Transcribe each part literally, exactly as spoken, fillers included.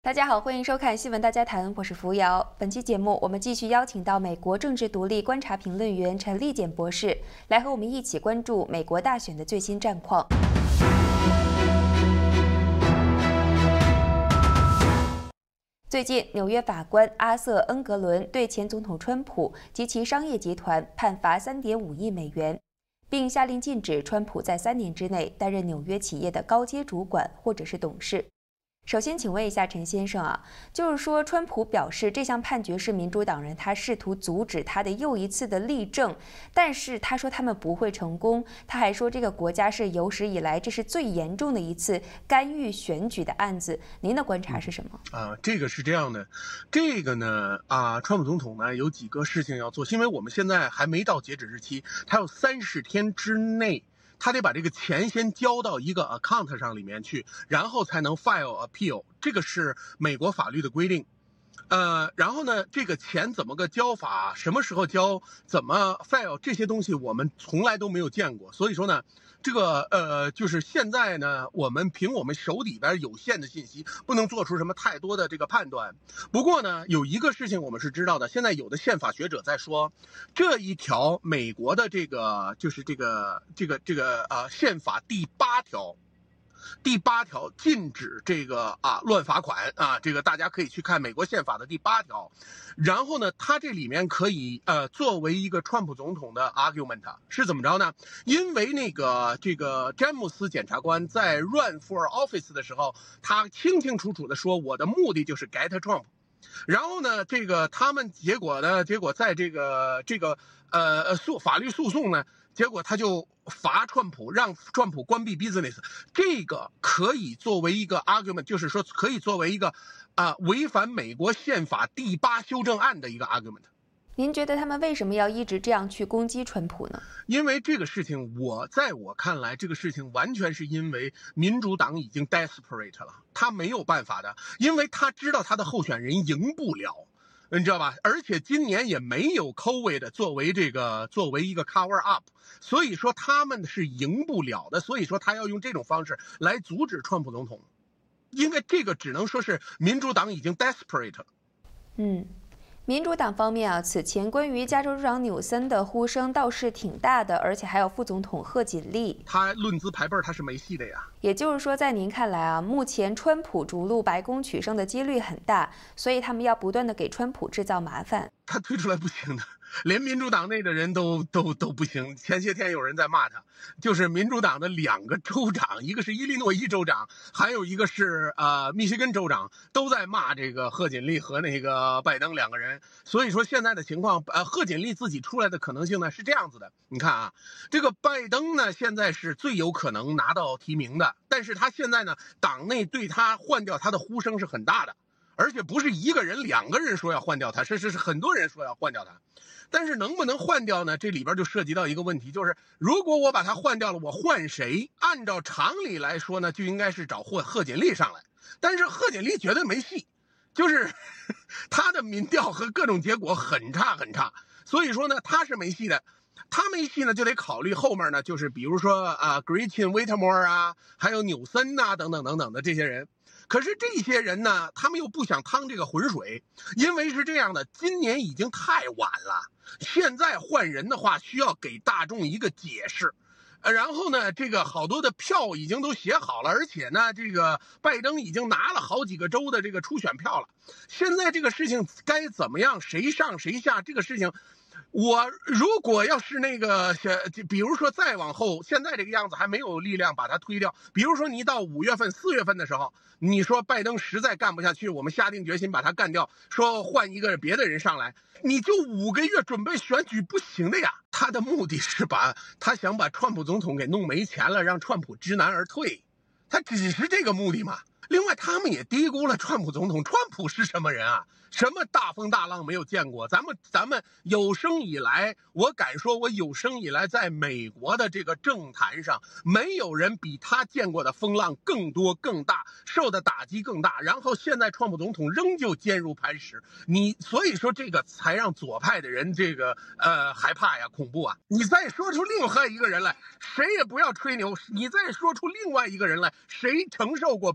大家好，欢迎收看《新闻大家谈》，我是扶摇。本期节目，我们继续邀请到美国政治独立观察评论员陈立简博士，来和我们一起关注美国大选的最新战况。最近，纽约法官阿瑟·恩格伦对前总统川普及其商业集团判罚 三点五亿美元，并下令禁止川普在三年之内担任纽约企业的高阶主管或者是董事。首先，请问一下陈先生啊，就是说，川普表示这项判决是民主党人他试图阻止他的又一次的例证，但是他说他们不会成功。他还说这个国家是有史以来这是最严重的一次干预选举的案子。您的观察是什么？ 啊、呃，这个是这样的，这个呢啊，川普总统呢有几个事情要做，因为我们现在还没到截止日期，他有三十天之内。他得把这个钱先交到一个 account 上里面去，然后才能 file appeal， 这个是美国法律的规定。呃，然后呢，这个钱怎么个交法，什么时候交，怎么 file 这些东西我们从来都没有见过，所以说呢，这个呃，就是现在呢，我们凭我们手里边有限的信息，不能做出什么太多的这个判断。不过呢，有一个事情我们是知道的，现在有的宪法学者在说，这一条美国的这个就是这个这个这个呃宪法第八条。第八条禁止这个啊乱罚款啊，这个大家可以去看美国宪法的第八条。然后呢，它这里面可以呃作为一个川普总统的 argument 是怎么着呢？因为那个这个詹姆斯检察官在 run for office 的时候，他清清楚楚的说，我的目的就是 get Trump。然后呢，这个他们结果呢，结果在这个这个呃诉法律诉讼呢。结果他就罚川普，让川普关闭 business， 这个可以作为一个 argument， 就是说可以作为一个啊、呃、违反美国宪法第八修正案的一个 argument。 您觉得他们为什么要一直这样去攻击川普呢？ 因为这个事情，我在我看来，这个事情完全是因为民主党已经 desperate 了，他没有办法的，因为他知道他的候选人赢不了。你知道吧？而且今年也没有 COVID 作为这个作为一个 cover up， 所以说他们是赢不了的。所以说他要用这种方式来阻止川普总统，因为这个只能说是民主党已经 desperate 了。 嗯。民主党方面啊，此前关于加州州长纽森的呼声倒是挺大的，而且还有副总统贺锦丽， 他论资排辈，他是没戏的呀。 也就是说，在您看来啊，目前川普逐鹿白宫取胜的几率很大，所以他们要不断的给川普制造麻烦。 他推出来不行的，连民主党内的人都都都不行。前些天有人在骂他，就是民主党的两个州长，一个是伊利诺伊州长，还有一个是呃密歇根州长，都在骂这个贺锦丽和那个拜登两个人。所以说现在的情况，呃，贺锦丽自己出来的可能性呢是这样子的。你看啊，这个拜登呢现在是最有可能拿到提名的，但是他现在呢党内对他换掉他的呼声是很大的。而且不是一个人、两个人说要换掉他，是是是很多人说要换掉他，但是能不能换掉呢？这里边就涉及到一个问题，就是如果我把他换掉了，我换谁？按照常理来说呢，就应该是找贺贺锦丽上来，但是贺锦丽绝对没戏，就是他的民调和各种结果很差很差，所以说呢，他是没戏的。他没戏呢，就得考虑后面呢，就是比如说啊 ，Gretchen Whitmer 啊，还有纽森呐、啊，等等等等的这些人。可是这些人呢，他们又不想趟这个浑水，因为是这样的，今年已经太晚了，现在换人的话，需要给大众一个解释。呃，然后呢，这个好多的票已经都写好了，而且呢，这个拜登已经拿了好几个州的这个初选票了。现在这个事情该怎么样，谁上谁下，这个事情。我如果要是那个，比如说再往后，现在这个样子还没有力量把它推掉。比如说你到五月份、四月份的时候，你说拜登实在干不下去，我们下定决心把他干掉，说换一个别的人上来，你就五个月准备选举不行的呀。他的目的是把他想把川普总统给弄没钱了，让川普知难而退，他只是这个目的嘛。另外，他们也低估了川普总统。川普是什么人啊？什么大风大浪没有见过？咱们咱们有生以来，我敢说，我有生以来在美国的这个政坛上，没有人比他见过的风浪更多、更大，受的打击更大。然后现在川普总统仍旧坚如磐石，你所以说这个才让左派的人这个呃害怕呀、恐怖啊。你再说出另外一个人来，谁也不要吹牛。你再说出另外一个人来，谁承受过比川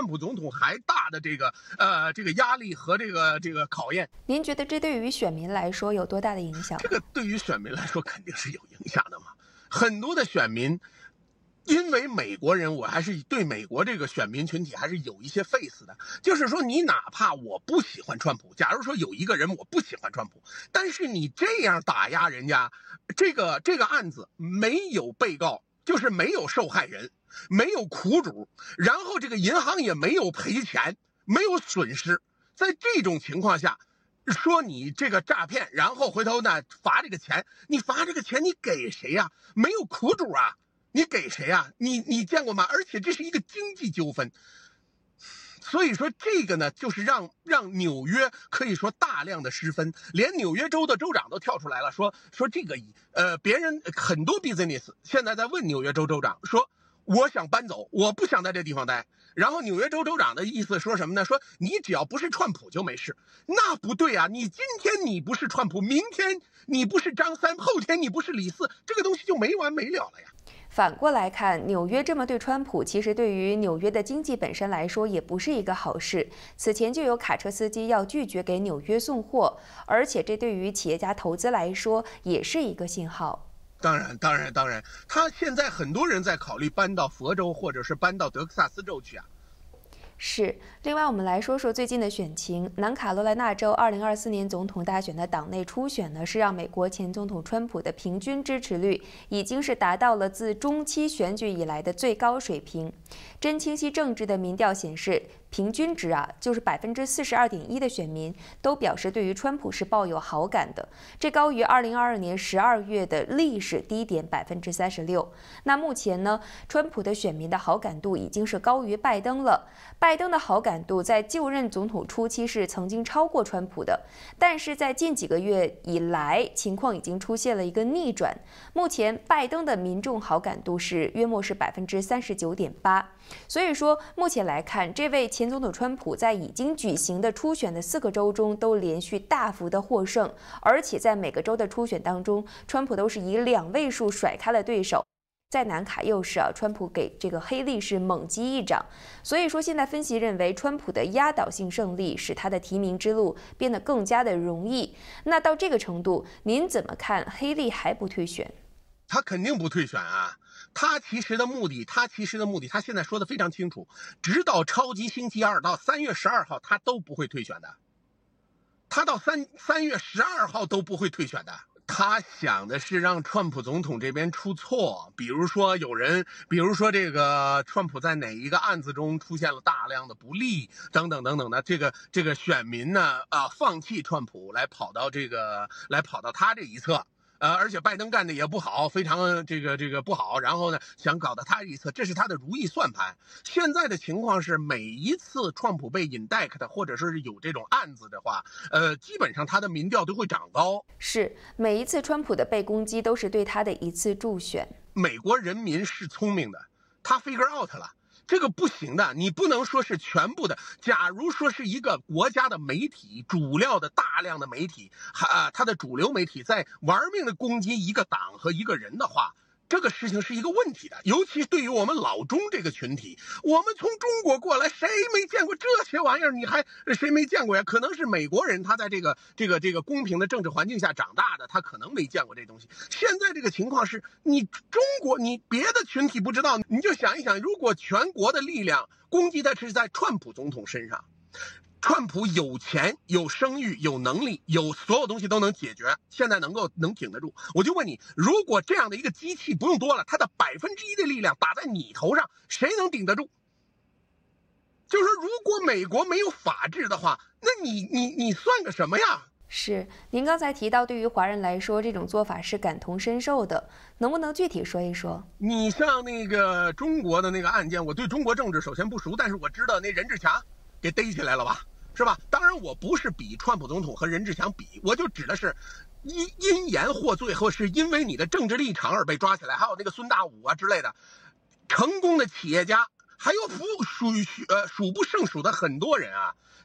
川普总统还大的这个呃这个压力和这个这个考验。 您觉得这对于选民来说有多大的影响？ 这个对于选民来说肯定是有影响的嘛。很多的选民，因为美国人，我还是对美国这个选民群体还是有一些 face 的。就是说，你哪怕我不喜欢川普，假如说有一个人我不喜欢川普，但是你这样打压人家，这个这个案子没有被告，就是没有受害人，没有苦主，然后这个银行也没有赔钱，没有损失，在这种情况下，说你这个诈骗，然后回头呢罚这个钱，你罚这个钱你给谁呀？没有苦主啊。你给谁啊？你你见过吗？而且这是一个经济纠纷，所以说这个呢，就是让让纽约可以说大量的失分，连纽约州的州长都跳出来了，说说这个呃，别人很多 business 现在在问纽约州州长说，我想搬走，我不想在这地方待。然后纽约州州长的意思说什么呢？说你只要不是川普就没事。那不对啊，你今天你不是川普，明天你不是张三，后天你不是李四，这个东西就没完没了了呀。 反过来看，纽约这么对川普，其实对于纽约的经济本身来说也不是一个好事。此前就有卡车司机要拒绝给纽约送货，而且这对于企业家投资来说也是一个信号。 当然，当然，当然，他现在很多人在考虑搬到佛州或者是搬到德克萨斯州去啊。 是，另外我们来说说最近的选情。南卡罗来纳州二零二四年总统大选的党内初选呢，是让美国前总统川普的平均支持率已经是达到了自中期选举以来的最高水平。真清晰政治的民调显示，平均值啊，就是百分之四十二点一的选民都表示对于川普是抱有好感的，这高于二零二二年十二月的历史低点百分之三十六。那目前呢，川普的选民的好感度已经是高于拜登了。拜登的好感度在就任总统初期是曾经超过川普的，但是在近几个月以来，情况已经出现了一个逆转。目前拜登的民众好感度是约莫是百分之三十九点八。所以说，目前来看，这位前总统川普在已经举行的初选的四个州中都连续大幅的获胜，而且在每个州的初选当中，川普都是以两位数甩开了对手。在南卡又是啊，川普给这个黑利是猛击一掌，所以说现在分析认为，川普的压倒性胜利使他的提名之路变得更加的容易。那到这个程度，您怎么看黑利还不退选？ 他肯定不退选啊！他其实的目的，他其实的目的，他现在说的非常清楚，直到超级星期二到三月十二号，他都不会退选的。他到三三月十二号都不会退选的。他想的是让川普总统这边出错，比如说有人，比如说这个川普在哪一个案子中出现了大量的不利，等等等等的，这个这个选民呢啊放弃川普来跑到这个来跑到他这一侧。呃，而且拜登干的也不好，非常这个这个不好，然后呢，想搞到他一侧，这是他的如意算盘。现在的情况是，每一次川普被 indict 或者说是有这种案子的话，呃，基本上他的民调都会长高。 是，每一次川普的被攻击都是对他的一次助选。 美国人民是聪明的，他 figure out 了。这个不行的，你不能说是全部的。假如说是一个国家的媒体，主料的大量的媒体，啊，它的主流媒体在玩命的攻击一个党和一个人的话，这个事情是一个问题的。尤其对于我们老中这个群体，我们从中国过来，谁没见过这些玩意儿？你还谁没见过呀？可能是美国人，他在这个这个这个公平的政治环境下长大的，他可能没见过这东西。现在这个情况是，你中国，你别的群体不知道，你就想一想，如果全国的力量攻击的是在川普总统身上。川普有钱、有声誉、有能力，有所有东西都能解决，现在能够能挺得住。我就问你，如果这样的一个机器不用多了，它的百分之一的力量打在你头上，谁能顶得住？就是说，如果美国没有法治的话，那你你你算个什么呀？ 是，您刚才提到，对于华人来说，这种做法是感同身受的，能不能具体说一说？ 你像那个中国的那个案件，我对中国政治首先不熟，但是我知道那任志强给逮起来了吧？是吧？当然，我不是比川普总统和任志强比，我就指的是因因言获罪，或是因为你的政治立场而被抓起来。还有那个孙大武啊之类的，成功的企业家，还有数数呃数不胜数的很多人啊，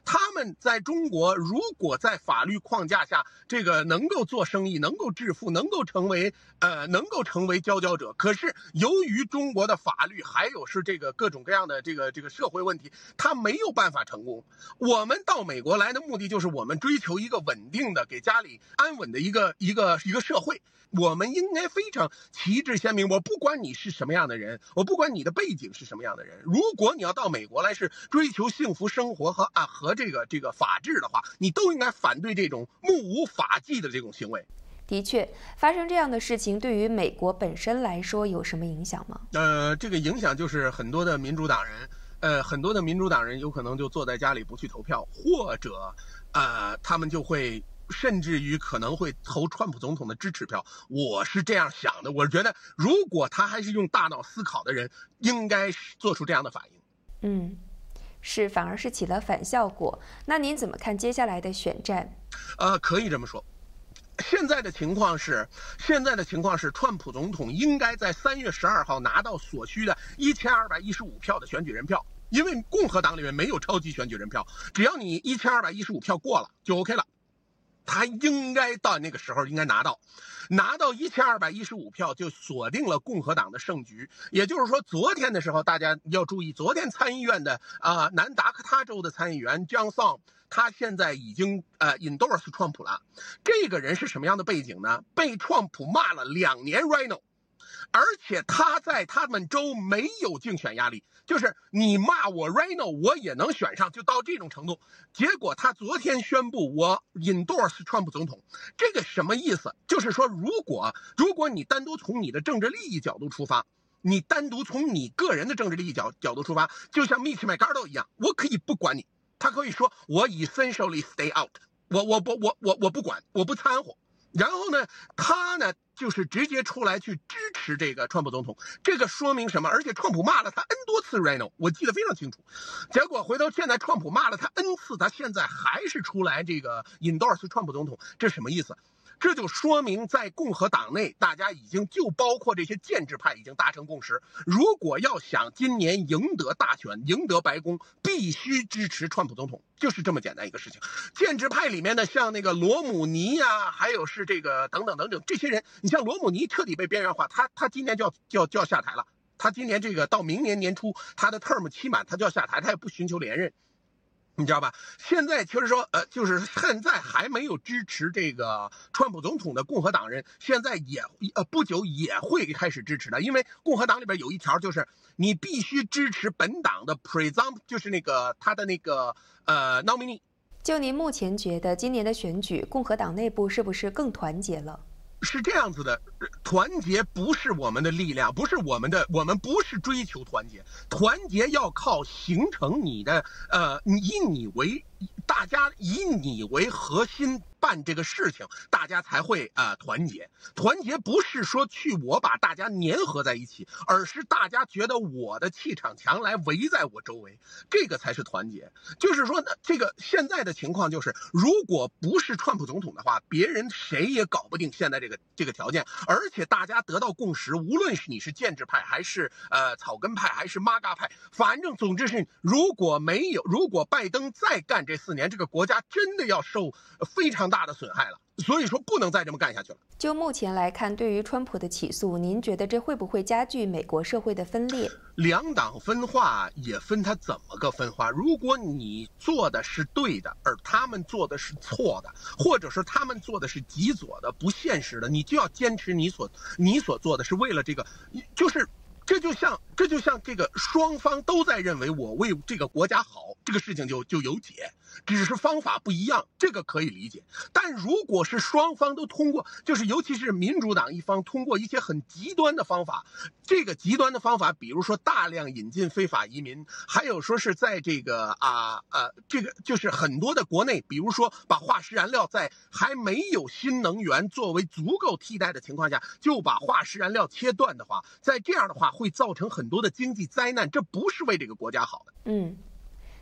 他们在中国如果在法律框架下，这个能够做生意，能够致富，能够成为呃能够成为佼佼者，可是由于中国的法律还有是这个各种各样的这个这个社会问题，他没有办法成功。我们到美国来的目的就是我们追求一个稳定的、给家里安稳的一个一个一个社会。我们应该非常旗帜鲜明，我不管你是什么样的人，我不管你的背景是什么样的人，如果你要到美国来是追求幸福生活和啊和这个这个法治的话，你都应该反对这种目无法纪的这种行为。 的确，发生这样的事情对于美国本身来说有什么影响吗？ 呃，这个影响就是很多的民主党人，呃，很多的民主党人有可能就坐在家里不去投票，或者，呃，他们就会。甚至于可能会投川普总统的支持票，我是这样想的。我觉得，如果他还是用大脑思考的人，应该做出这样的反应。 嗯，是，反而是起了反效果。那您怎么看接下来的选战？ 呃，可以这么说。现在的情况是，现在的情况是，川普总统应该在三月十二号拿到所需的一千二百一十五票的选举人票，因为共和党里面没有超级选举人票，只要你一千二百一十五票过了就 OK 了。他应该到那个时候应该拿到，拿到一千二百一十五票就锁定了共和党的胜局。也就是说，昨天的时候大家要注意，昨天参议院的啊、呃、南达科他州的参议员 John Thune， 他现在已经呃 endorse 川普了。这个人是什么样的背景呢？被川普骂了两年 Rhino。而且他在他们州没有竞选压力，就是你骂我 Rhino 我也能选上，就到这种程度。结果他昨天宣布我 endorse 川普总统，这个什么意思？就是说，如果如果你单独从你的政治利益角度出发，你单独从你个人的政治利益角角度出发，就像 Mitch McConnell 一样，我可以不管你，他可以说我 essentially stay out， 我我不我我我不管，我不掺和。然后呢，他呢就是直接出来去支持这个川普总统，这个说明什么？而且川普骂了他 N 多次 Rhino， 我记得非常清楚。结果回头现在川普骂了他 N 次，他现在还是出来这个 endorse 川普总统，这什么意思？这就说明在共和党内，大家已经就包括这些建制派已经达成共识，如果要想今年赢得大选、赢得白宫，必须支持川普总统，就是这么简单一个事情。建制派里面的像那个罗姆尼呀、啊，还有是这个等等等等这些人，你像罗姆尼彻底被边缘化，他他今年就要就要就要下台了，他今年这个到明年年初他的 term 期满，他就要下台，他也不寻求连任。你知道吧？现在就是说，呃，就是现在还没有支持这个川普总统的共和党人，现在也呃不久也会开始支持的，因为共和党里边有一条就是你必须支持本党的 presumpt， 就是那个他的那个呃 nominee。 就您目前觉得今年的选举，共和党内部是不是更团结了？ 是这样子的，团结不是我们的力量，不是我们的，我们不是追求团结，团结要靠形成你的，呃，以你为，大家以你为核心办这个事情，大家才会呃团结。团结不是说去我把大家粘合在一起，而是大家觉得我的气场强来围在我周围，这个才是团结。就是说呢，这个现在的情况就是，如果不是川普总统的话，别人谁也搞不定现在这个这个条件，而且大家得到共识，无论是你是建制派还是呃草根派还是玛嘎派，反正总之是，如果没有，如果拜登再干这四年，这个国家真的要受非常大的损害了。所以说不能再这么干下去了。 就目前来看，对于川普的起诉，您觉得这会不会加剧美国社会的分裂？ 两党分化也分它怎么个分化？如果你做的是对的，而他们做的是错的，或者是他们做的是极左的、不现实的，你就要坚持你所你所做的是为了这个，就是这就像这就像这个双方都在认为我为这个国家好，这个事情就就有解。只是方法不一样，这个可以理解。但如果是双方都通过，就是尤其是民主党一方通过一些很极端的方法，这个极端的方法，比如说大量引进非法移民，还有说是在这个啊呃这个就是很多的国内，比如说把化石燃料在还没有新能源作为足够替代的情况下，就把化石燃料切断的话，在这样的话会造成很多的经济灾难，这不是为这个国家好的。 嗯。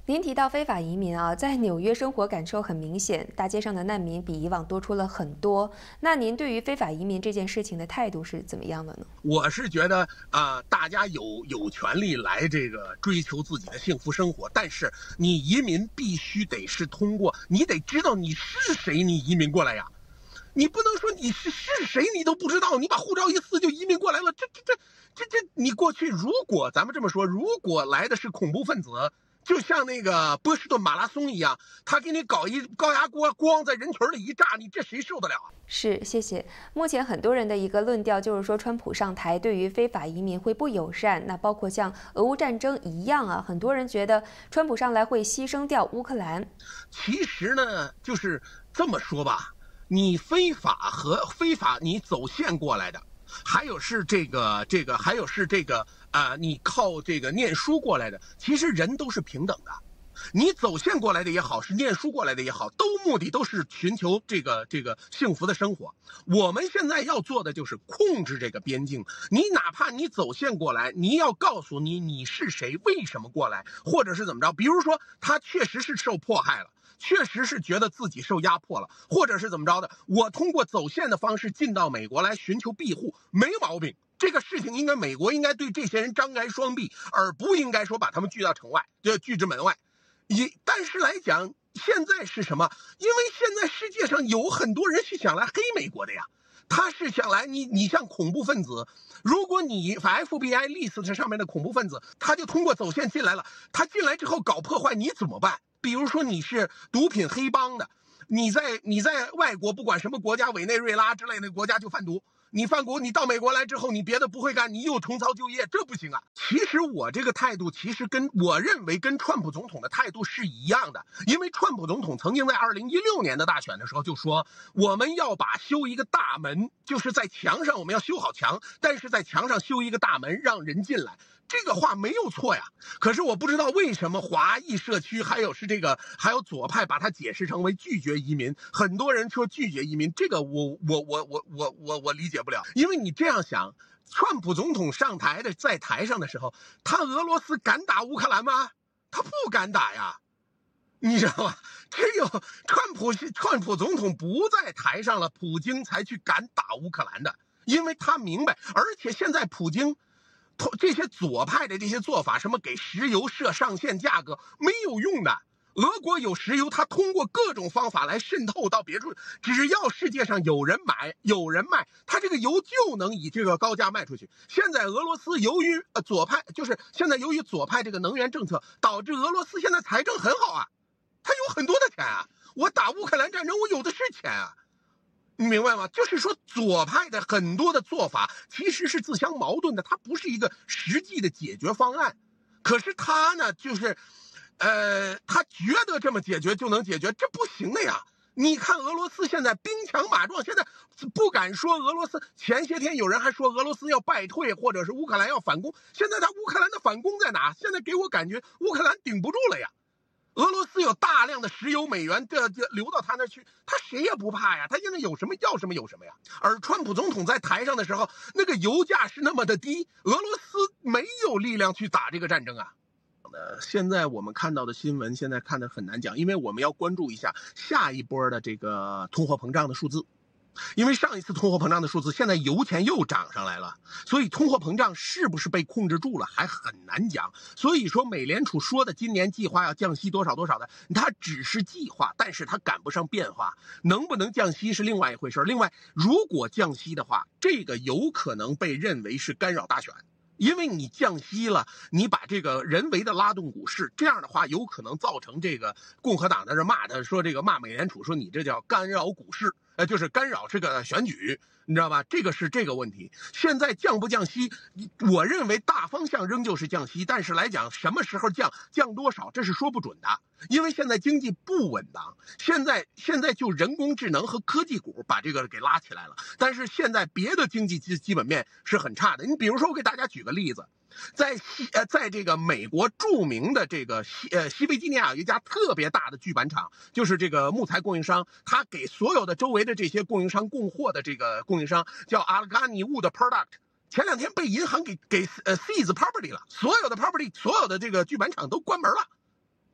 您提到非法移民啊，在纽约生活感受很明显，大街上的难民比以往多出了很多。那您对于非法移民这件事情的态度是怎么样的呢？ 我是觉得啊、呃，大家有有权利来这个追求自己的幸福生活，但是你移民必须得是通过，你得知道你是谁，你移民过来呀。你不能说你是是谁你都不知道，你把护照一撕就移民过来了，这这这这这，你过去如果咱们这么说，如果来的是恐怖分子。就像那个波士顿马拉松一样，他给你搞一高压锅，光在人群里一炸，你这谁受得了啊？ 是，谢谢。目前很多人的一个论调就是说，川普上台对于非法移民会不友善。那包括像俄乌战争一样啊，很多人觉得川普上来会牺牲掉乌克兰。 其实呢，就是这么说吧，你非法和非法你走线过来的，还有是这个这个，还有是这个。啊、呃，你靠这个念书过来的，其实人都是平等的。你走线过来的也好，是念书过来的也好，都目的都是寻求这个这个幸福的生活。我们现在要做的就是控制这个边境。你哪怕你走线过来，你要告诉你你是谁，为什么过来，或者是怎么着。比如说他确实是受迫害了。确实是觉得自己受压迫了，或者是怎么着的。我通过走线的方式进到美国来寻求庇护，没毛病。这个事情应该美国应该对这些人张开双臂，而不应该说把他们拒到城外，就拒之门外。也但是来讲，现在是什么？因为现在世界上有很多人是想来黑美国的呀。他是想来你你像恐怖分子，如果你 F B I list 上面的恐怖分子，他就通过走线进来了，他进来之后搞破坏，你怎么办？比如说你是毒品黑帮的，你在你在外国不管什么国家，委内瑞拉之类的国家就贩毒，你贩毒，你到美国来之后，你别的不会干，你又重操旧业，这不行啊。其实我这个态度，其实跟我认为跟川普总统的态度是一样的，因为川普总统曾经在二零一六年的大选的时候就说，我们要把修一个大门，就是在墙上我们要修好墙，但是在墙上修一个大门，让人进来。这个话没有错呀，可是我不知道为什么华裔社区还有是这个还有左派把它解释成为拒绝移民，很多人说拒绝移民，这个我我我我我我我理解不了，因为你这样想，川普总统上台的在台上的时候，他俄罗斯敢打乌克兰吗？他不敢打呀，你知道吗？只有川普川普总统不在台上了，普京才去敢打乌克兰的，因为他明白，而且现在普京。这些左派的这些做法，什么给石油设上限价格没有用的。俄国有石油，它通过各种方法来渗透到别处，只要世界上有人买、有人卖，它这个油就能以这个高价卖出去。现在俄罗斯由于呃左派，就是现在由于左派这个能源政策，导致俄罗斯现在财政很好啊，它有很多的钱啊。我打乌克兰战争，我有的是钱啊。你明白吗？就是说左派的很多的做法其实是自相矛盾的，它不是一个实际的解决方案。可是他呢，就是呃他觉得这么解决就能解决，这不行的呀。你看俄罗斯现在兵强马壮，现在不敢说俄罗斯，前些天有人还说俄罗斯要败退，或者是乌克兰要反攻，现在他乌克兰的反攻在哪？现在给我感觉乌克兰顶不住了呀。俄罗斯有大量的石油美元这这流到他那去，他谁也不怕呀，他现在有什么要什么有什么呀。而川普总统在台上的时候，那个油价是那么的低，俄罗斯没有力量去打这个战争啊。呃，现在我们看到的新闻，现在看的很难讲，因为我们要关注一下下一波的这个通货膨胀的数字。因为上一次通货膨胀的数字，现在油钱又涨上来了，所以通货膨胀是不是被控制住了还很难讲。所以说美联储说的今年计划要降息多少多少的，它只是计划，但是它赶不上变化，能不能降息是另外一回事。另外，如果降息的话，这个有可能被认为是干扰大选。因为你降息了，你把这个人为的拉动股市，这样的话有可能造成这个共和党在这骂他，说这个骂美联储，说你这叫干扰股市，呃，就是干扰这个选举，你知道吧？这个是这个问题。现在降不降息，我认为大方向仍旧是降息，但是来讲什么时候降，降多少，这是说不准的。因为现在经济不稳当，现在现在就人工智能和科技股把这个给拉起来了，但是现在别的经济基基本面是很差的。你比如说，我给大家举个例子，在西呃，在这个美国著名的这个西呃西维吉尼亚有一家特别大的锯板厂，就是这个木材供应商，他给所有的周围的这些供应商供货的这个供应商叫 Allegheny Wood Product。前两天被银行给给呃 seize property 了，所有的 property， 所有的这个锯板厂都关门了。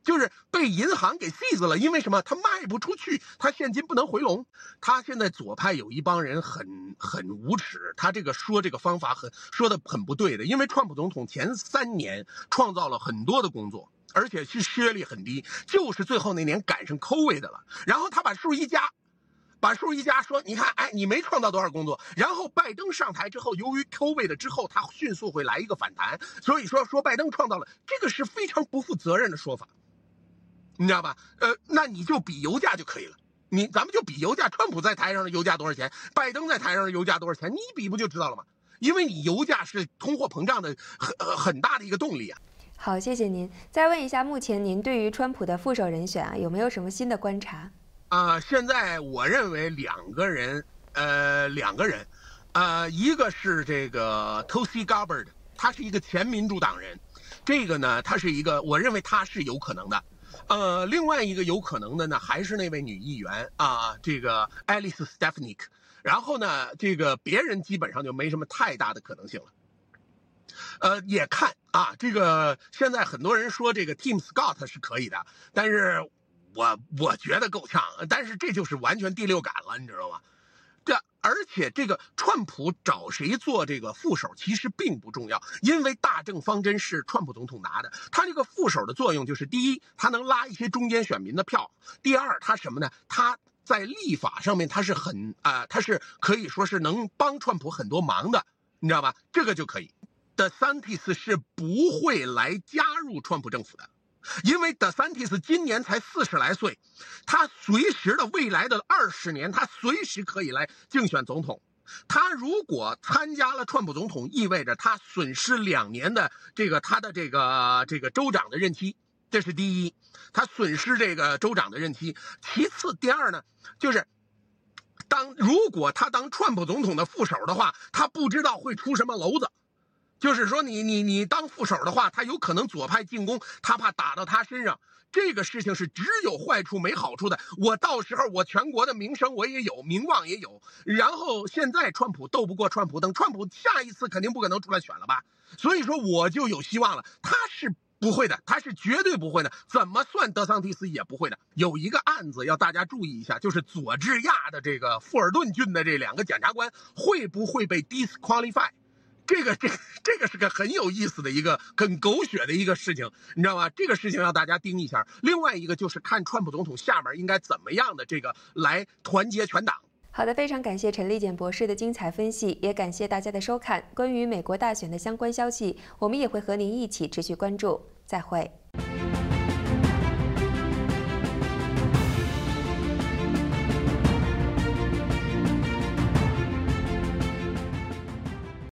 就是被银行给 seize 了，因为什么？他卖不出去，他现金不能回笼。他现在左派有一帮人很很无耻，他这个说这个方法很说的很不对的，因为川普总统前三年创造了很多的工作，而且是失业率很低，就是最后那年赶上 COVID 的了，然后他把数一加。把数一加说，你看，哎，你没创造多少工作。然后拜登上台之后，由于 COVID 之后，他迅速会来一个反弹，所以说说拜登创造了，这个是非常不负责任的说法，你知道吧？呃，那你就比油价就可以了。你咱们就比油价，川普在台上的油价多少钱，拜登在台上的油价多少钱，你一比不就知道了吗？因为你油价是通货膨胀的很很大的一个动力啊。 好，谢谢您。再问一下，目前您对于川普的副手人选啊，有没有什么新的观察？ 啊、呃，现在我认为两个人，呃，两个人，呃，一个是这个 Tulsi Gabbard， 他是一个前民主党人，这个呢，他是一个，我认为他是有可能的。呃，另外一个有可能的呢，还是那位女议员啊，这个 Alice Stefanik。然后呢，这个别人基本上就没什么太大的可能性了。呃，也看啊，这个现在很多人说这个 Tim Scott 是可以的，但是。我我觉得够呛，但是这就是完全第六感了，你知道吗？这而且这个川普找谁做这个副手其实并不重要，因为大政方针是川普总统拿的。他这个副手的作用就是：第一，他能拉一些中间选民的票；第二，他什么呢？他在立法上面他是很啊、呃，他是可以说是能帮川普很多忙的，你知道吧？这个就可以。DeSantis 是不会来加入川普政府的。因为德桑蒂斯今年才四十来岁，他随时的未来的二十年，他随时可以来竞选总统。他如果参加了川普总统，意味着他损失两年的这个他的这个这个州长的任期，这是第一，他损失这个州长的任期。其次，第二呢，就是当如果他当川普总统的副手的话，他不知道会出什么篓子。就是说你，你你你当副手的话，他有可能左派进攻，他怕打到他身上。这个事情是只有坏处没好处的。我到时候我全国的名声我也有，名望也有。然后现在川普斗不过川普，等川普下一次肯定不可能出来选了吧？所以说我就有希望了。他是不会的，他是绝对不会的。怎么算德桑蒂斯也不会的。有一个案子要大家注意一下，就是佐治亚的这个富尔顿郡的这两个检察官会不会被 disqualify？这个这这个是个很有意思的一个很狗血的一个事情，你知道吗？这个事情让大家盯一下。另外一个就是看川普总统下面应该怎么样的这个来团结全党。 好的，非常感谢陈立简博士的精彩分析，也感谢大家的收看。关于美国大选的相关消息，我们也会和您一起持续关注。再会。